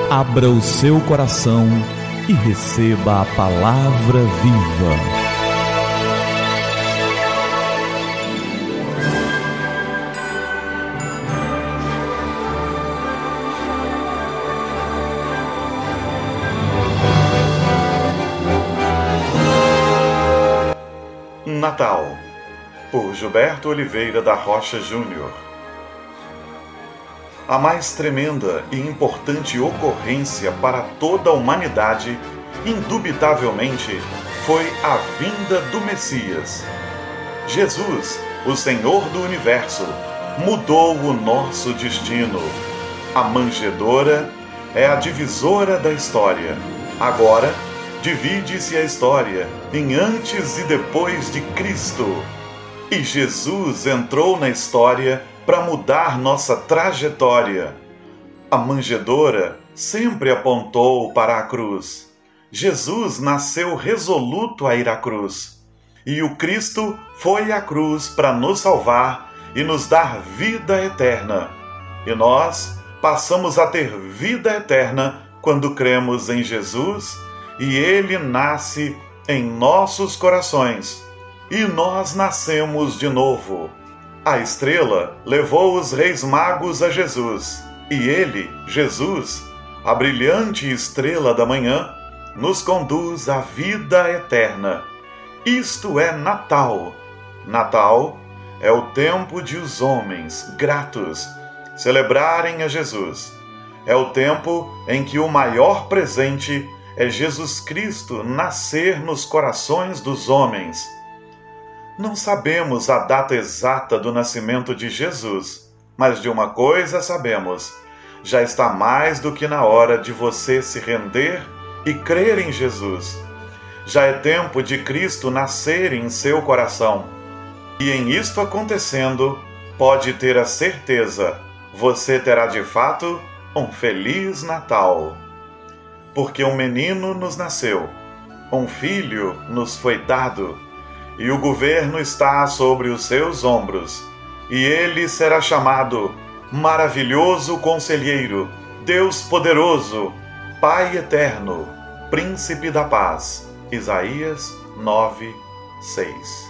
Abra o seu coração e receba a palavra viva. Natal, por Gilberto Oliveira da Rocha Júnior. A mais tremenda e importante ocorrência para toda a humanidade, indubitavelmente, foi a vinda do Messias. Jesus, o Senhor do Universo, mudou o nosso destino. A manjedoura é a divisora da história. Agora, divide-se a história em antes e depois de Cristo. E Jesus entrou na história para mudar nossa trajetória. A manjedoura sempre apontou para a cruz. Jesus nasceu resoluto a ir à cruz. E o Cristo foi à cruz para nos salvar e nos dar vida eterna. E nós passamos a ter vida eterna quando cremos em Jesus e Ele nasce em nossos corações. E nós nascemos de novo. A estrela levou os reis magos a Jesus, e ele, Jesus, a brilhante estrela da manhã, nos conduz à vida eterna. Isto é Natal. Natal é o tempo de os homens gratos celebrarem a Jesus. É o tempo em que o maior presente é Jesus Cristo nascer nos corações dos homens. Não sabemos a data exata do nascimento de Jesus, mas de uma coisa sabemos: já está mais do que na hora de você se render e crer em Jesus. Já é tempo de Cristo nascer em seu coração. E em isto acontecendo, pode ter a certeza, você terá de fato um Feliz Natal. Porque um menino nos nasceu, um filho nos foi dado, e o governo está sobre os seus ombros, e ele será chamado Maravilhoso Conselheiro, Deus Poderoso, Pai Eterno, Príncipe da Paz. Isaías 9:6.